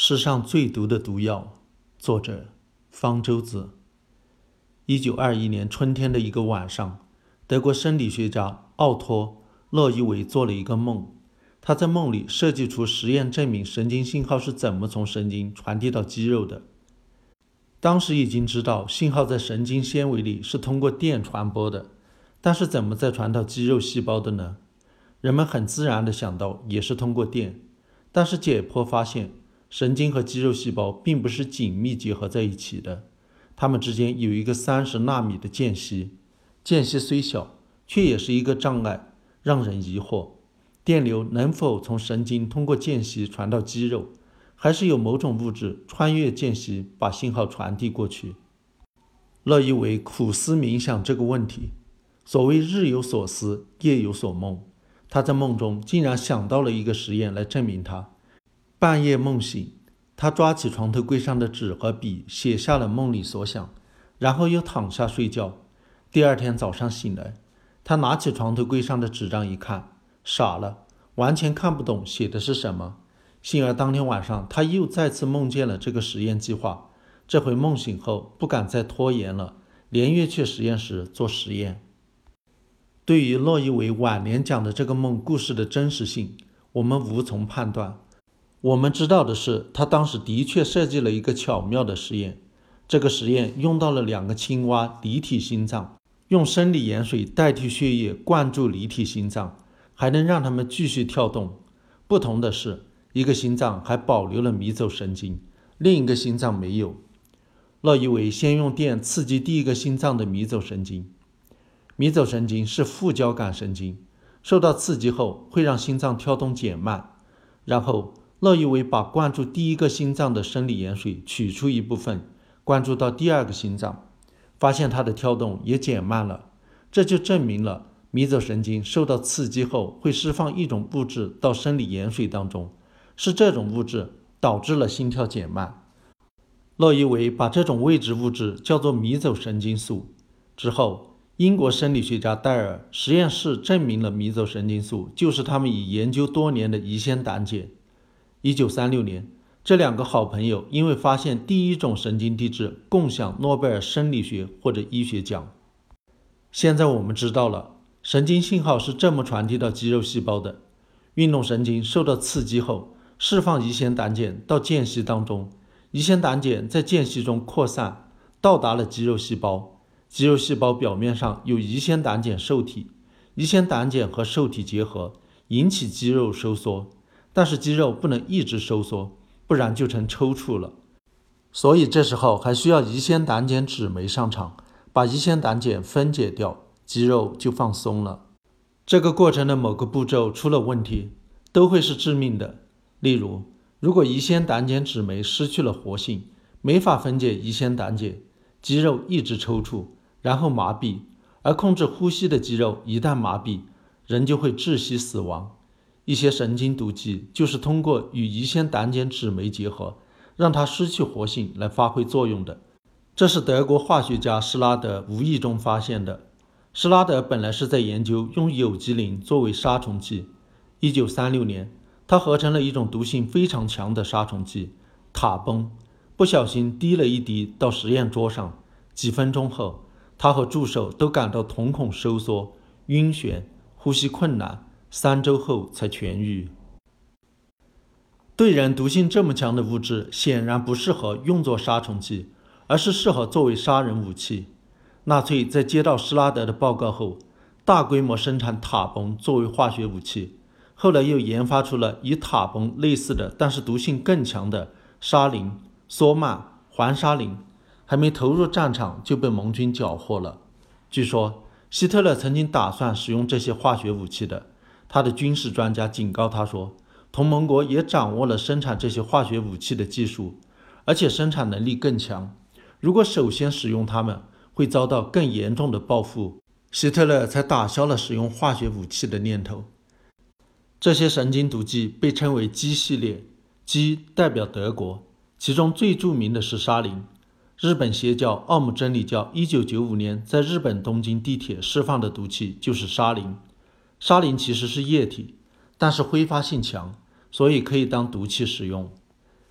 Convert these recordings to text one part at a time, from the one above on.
世上最毒的毒药，作者方舟子。1921年春天的一个晚上，德国生理学家奥托·勒伊维做了一个梦。他在梦里设计出实验，证明神经信号是怎么从神经传递到肌肉的。当时已经知道信号在神经纤维里是通过电传播的，但是怎么再传到肌肉细胞的呢？人们很自然地想到也是通过电，但是解剖发现神经和肌肉细胞并不是紧密结合在一起的，它们之间有一个30纳米的间隙。间隙虽小，却也是一个障碍，让人疑惑，电流能否从神经通过间隙传到肌肉，还是有某种物质穿越间隙把信号传递过去？勒伊维苦思冥想这个问题，所谓日有所思，夜有所梦，他在梦中竟然想到了一个实验来证明它。半夜梦醒，他抓起床头柜上的纸和笔，写下了梦里所想，然后又躺下睡觉。第二天早上醒来，他拿起床头柜上的纸张一看，傻了，完全看不懂写的是什么。幸而当天晚上，他又再次梦见了这个实验计划，这回梦醒后不敢再拖延了，连夜去实验室做实验。对于勒伊维晚年讲的这个梦故事的真实性，我们无从判断。我们知道的是，他当时的确设计了一个巧妙的实验。这个实验用到了2个青蛙离体心脏，用生理盐水代替血液灌注离体心脏，还能让它们继续跳动。不同的是，一个心脏还保留了迷走神经，另一个心脏没有。勒伊维先用电刺激第一个心脏的迷走神经。迷走神经是副交感神经，受到刺激后会让心脏跳动减慢。然后勒伊维把灌注第一个心脏的生理盐水取出一部分，灌注到第2个心脏，发现它的跳动也减慢了。这就证明了迷走神经受到刺激后会释放一种物质到生理盐水当中，是这种物质导致了心跳减慢。勒伊维把这种未知物质叫做迷走神经素。之后，英国生理学家戴尔实验室证明了迷走神经素就是他们已研究多年的乙酰胆碱。1936年，这2个好朋友因为发现第一种神经递质，共享诺贝尔生理学或者医学奖。现在我们知道了，神经信号是这么传递到肌肉细胞的。运动神经受到刺激后，释放乙酰胆碱到间隙当中，乙酰胆碱在间隙中扩散，到达了肌肉细胞。肌肉细胞表面上有乙酰胆碱受体，乙酰胆碱和受体结合，引起肌肉收缩。但是肌肉不能一直收缩，不然就成抽搐了。所以这时候还需要乙酰胆碱酯酶上场，把乙酰胆碱分解掉，肌肉就放松了。这个过程的某个步骤出了问题，都会是致命的。例如，如果乙酰胆碱酯酶失去了活性，没法分解乙酰胆碱，肌肉一直抽搐，然后麻痹，而控制呼吸的肌肉一旦麻痹，人就会窒息死亡。一些神经毒剂就是通过与乙酰胆碱酯酶结合，让它失去活性来发挥作用的。这是德国化学家施拉德无意中发现的。施拉德本来是在研究用有机磷作为杀虫剂。1936年，他合成了一种毒性非常强的杀虫剂塔崩，不小心滴了一滴到实验桌上。几分钟后，他和助手都感到瞳孔收缩、晕眩、呼吸困难，3周后才痊愈。对人毒性这么强的物质显然不适合用作杀虫剂，而是适合作为杀人武器。纳粹在接到施拉德的报告后，大规模生产塔崩作为化学武器，后来又研发出了与塔崩类似的但是毒性更强的沙林、索曼、环沙林，还没投入战场就被盟军缴获了。据说希特勒曾经打算使用这些化学武器的，他的军事专家警告他说，同盟国也掌握了生产这些化学武器的技术，而且生产能力更强，如果首先使用它们，会遭到更严重的报复。希特勒才打消了使用化学武器的念头。这些神经毒剂被称为G系列，G代表德国，其中最著名的是沙林。日本邪教奥姆真理教1995年在日本东京地铁释放的毒气就是沙林。沙林其实是液体，但是挥发性强，所以可以当毒气使用。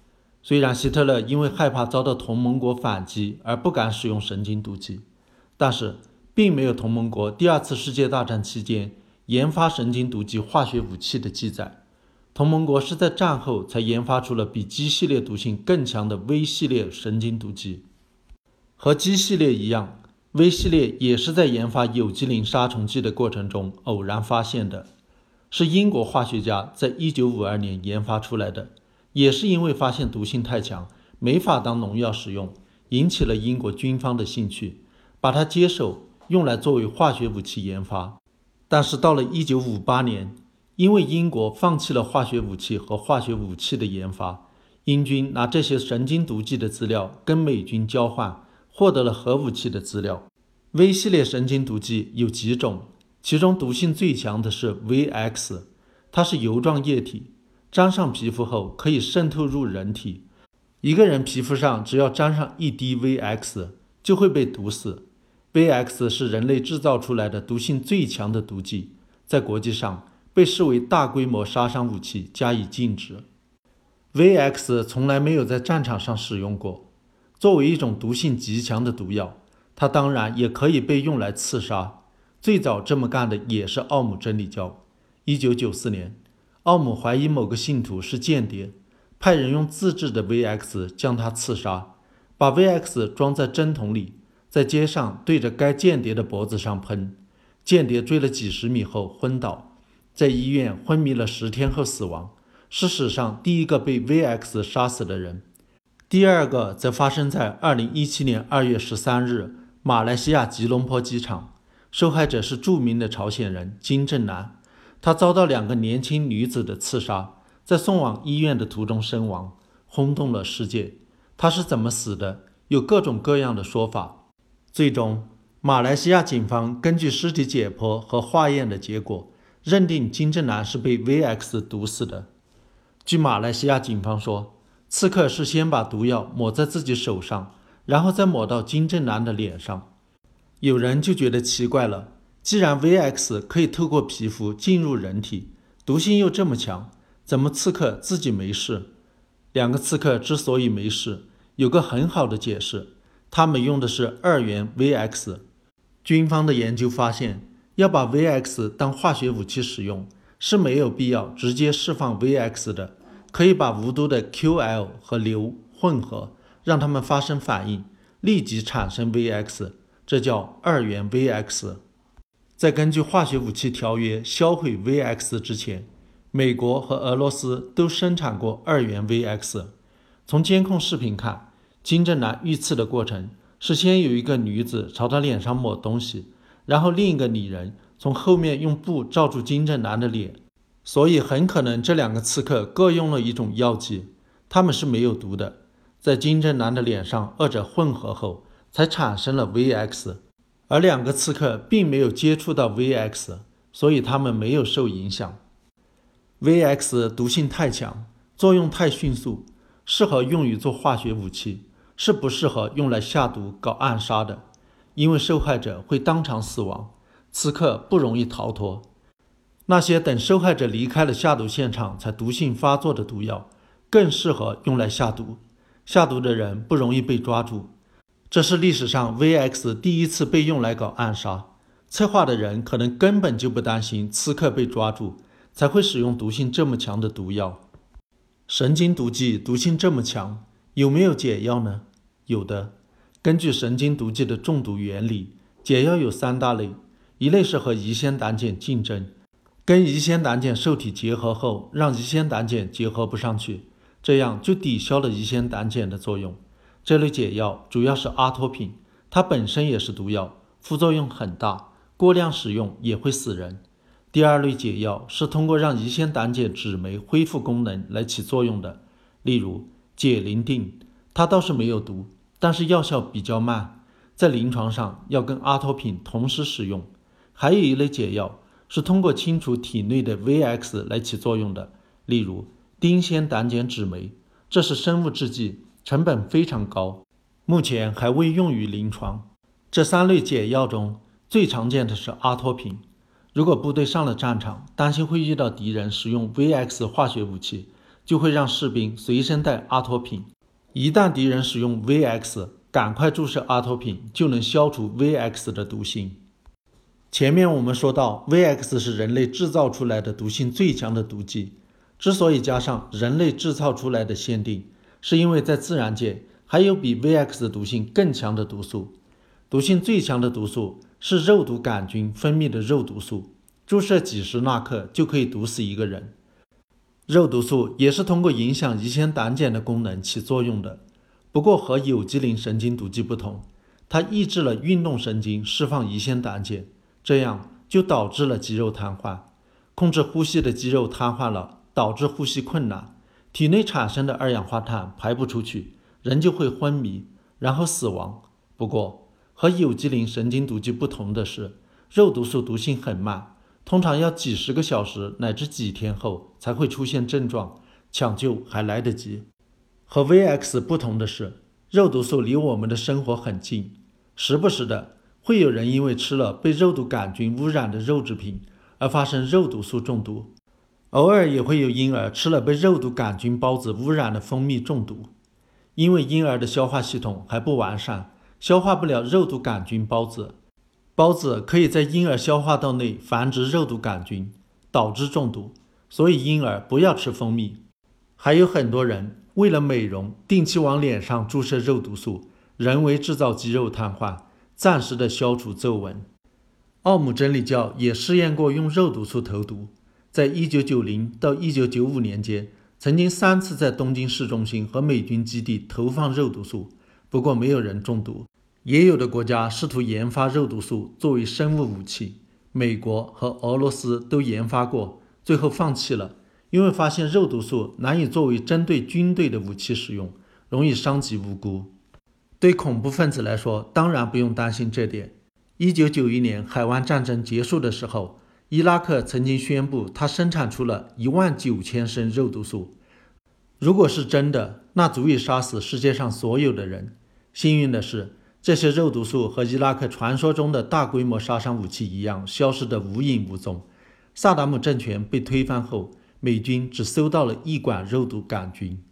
虽然希特勒因为害怕遭到同盟国反击而不敢使用神经毒剂，但是并没有同盟国第二次世界大战期间研发神经毒剂化学武器的记载。同盟国是在战后才研发出了比G系列毒性更强的 V 系列神经毒剂。和G系列一样，V 系列也是在研发有机磷杀虫剂的过程中偶然发现的，是英国化学家在1952年研发出来的，也是因为发现毒性太强，没法当农药使用，引起了英国军方的兴趣，把它接手用来作为化学武器研发。但是到了1958年，因为英国放弃了化学武器和化学武器的研发，英军拿这些神经毒剂的资料跟美军交换，获得了核武器的资料。V 系列神经毒剂有几种，其中毒性最强的是 VX， 它是油状液体，沾上皮肤后可以渗透入人体。一个人皮肤上只要沾上一滴 VX 就会被毒死。VX 是人类制造出来的毒性最强的毒剂，在国际上被视为大规模杀伤武器，加以禁止。VX 从来没有在战场上使用过，作为一种毒性极强的毒药，它当然也可以被用来刺杀。最早这么干的也是奥姆真理教。1994年，奥姆怀疑某个信徒是间谍，派人用自制的 VX 将他刺杀，把 VX 装在针筒里，在街上对着该间谍的脖子上喷。间谍追了几十米后昏倒，在医院昏迷了10天后死亡，是史上第一个被 VX 杀死的人。第二个则发生在2017年2月13日，马来西亚吉隆坡机场。受害者是著名的朝鲜人金正男，他遭到2个年轻女子的刺杀，在送往医院的途中身亡，轰动了世界。他是怎么死的？有各种各样的说法。最终，马来西亚警方根据尸体解剖和化验的结果，认定金正男是被 VX 毒死的。据马来西亚警方说，刺客是先把毒药抹在自己手上，然后再抹到金正男的脸上。有人就觉得奇怪了，既然 VX 可以透过皮肤进入人体，毒性又这么强，怎么刺客自己没事？2个刺客之所以没事，有个很好的解释，他们用的是2元 VX。 军方的研究发现，要把 VX 当化学武器使用，是没有必要直接释放 VX 的，可以把无毒的 QL 和硫混合，让它们发生反应，立即产生 VX， 这叫2元 VX。 在根据化学武器条约销毁 VX 之前，美国和俄罗斯都生产过2元 VX。 从监控视频看，金正男遇刺的过程是先有一个女子朝他脸上抹东西，然后另一个女人从后面用布罩住金正男的脸，所以很可能这2个刺客各用了一种药剂，他们是没有毒的，在金正男的脸上2者混合后才产生了 VX， 而2个刺客并没有接触到 VX， 所以他们没有受影响。 VX 毒性太强，作用太迅速，适合用于做化学武器，是不适合用来下毒搞暗杀的，因为受害者会当场死亡，刺客不容易逃脱。那些等受害者离开了下毒现场才毒性发作的毒药，更适合用来下毒，下毒的人不容易被抓住。这是历史上 VX 第一次被用来搞暗杀，策划的人可能根本就不担心刺客被抓住，才会使用毒性这么强的毒药。神经毒剂毒性这么强，有没有解药呢？有的。根据神经毒剂的中毒原理，解药有3大类，一类是和乙酰胆碱竞争，跟乙酰胆碱受体结合后，让乙酰胆碱结合不上去，这样就抵消了乙酰胆碱的作用。这类解药主要是阿托品，它本身也是毒药，副作用很大，过量使用也会死人。第2类解药是通过让乙酰胆碱酯酶恢复功能来起作用的，例如解邻定，它倒是没有毒，但是药效比较慢，在临床上要跟阿托品同时使用。还有一类解药是通过清除体内的 VX 来起作用的，例如丁酰胆碱酯酶，这是生物制剂，成本非常高，目前还未用于临床。这3类解药中最常见的是阿托品。如果部队上了战场，担心会遇到敌人使用 VX 化学武器，就会让士兵随身带阿托品。 一旦敌人使用 VX， 赶快注射阿托品，就能消除 VX 的毒性。前面我们说到 VX 是人类制造出来的毒性最强的毒剂，之所以加上人类制造出来的限定，是因为在自然界还有比 VX 毒性更强的毒素。毒性最强的毒素是肉毒杆菌分泌的肉毒素，注射几十纳克就可以毒死一个人。肉毒素也是通过影响乙酰胆碱的功能起作用的，不过和有机磷神经毒剂不同，它抑制了运动神经释放乙酰胆碱，这样就导致了肌肉瘫痪。控制呼吸的肌肉瘫痪了，导致呼吸困难，体内产生的二氧化碳排不出去，人就会昏迷，然后死亡。不过和有机磷神经毒剂不同的是，肉毒素毒性很慢，通常要几十个小时乃至几天后才会出现症状，抢救还来得及。和 VX 不同的是，肉毒素离我们的生活很近，时不时的会有人因为吃了被肉毒杆菌污染的肉制品而发生肉毒素中毒，偶尔也会有婴儿吃了被肉毒杆菌孢子污染的蜂蜜中毒。因为婴儿的消化系统还不完善，消化不了肉毒杆菌孢子，孢子可以在婴儿消化道内繁殖肉毒杆菌，导致中毒，所以婴儿不要吃蜂蜜。还有很多人为了美容，定期往脸上注射肉毒素，人为制造肌肉瘫痪，暂时的消除皱纹。奥姆真理教也试验过用肉毒素投毒，在1990到1995年间，曾经3次在东京市中心和美军基地投放肉毒素，不过没有人中毒。也有的国家试图研发肉毒素作为生物武器，美国和俄罗斯都研发过，最后放弃了，因为发现肉毒素难以作为针对军队的武器使用，容易伤及无辜。对恐怖分子来说，当然不用担心这点。1991年海湾战争结束的时候，伊拉克曾经宣布他生产出了19000升肉毒素。如果是真的，那足以杀死世界上所有的人。幸运的是，这些肉毒素和伊拉克传说中的大规模杀伤武器一样，消失得无影无踪。萨达姆政权被推翻后，美军只搜到了1管肉毒杆菌。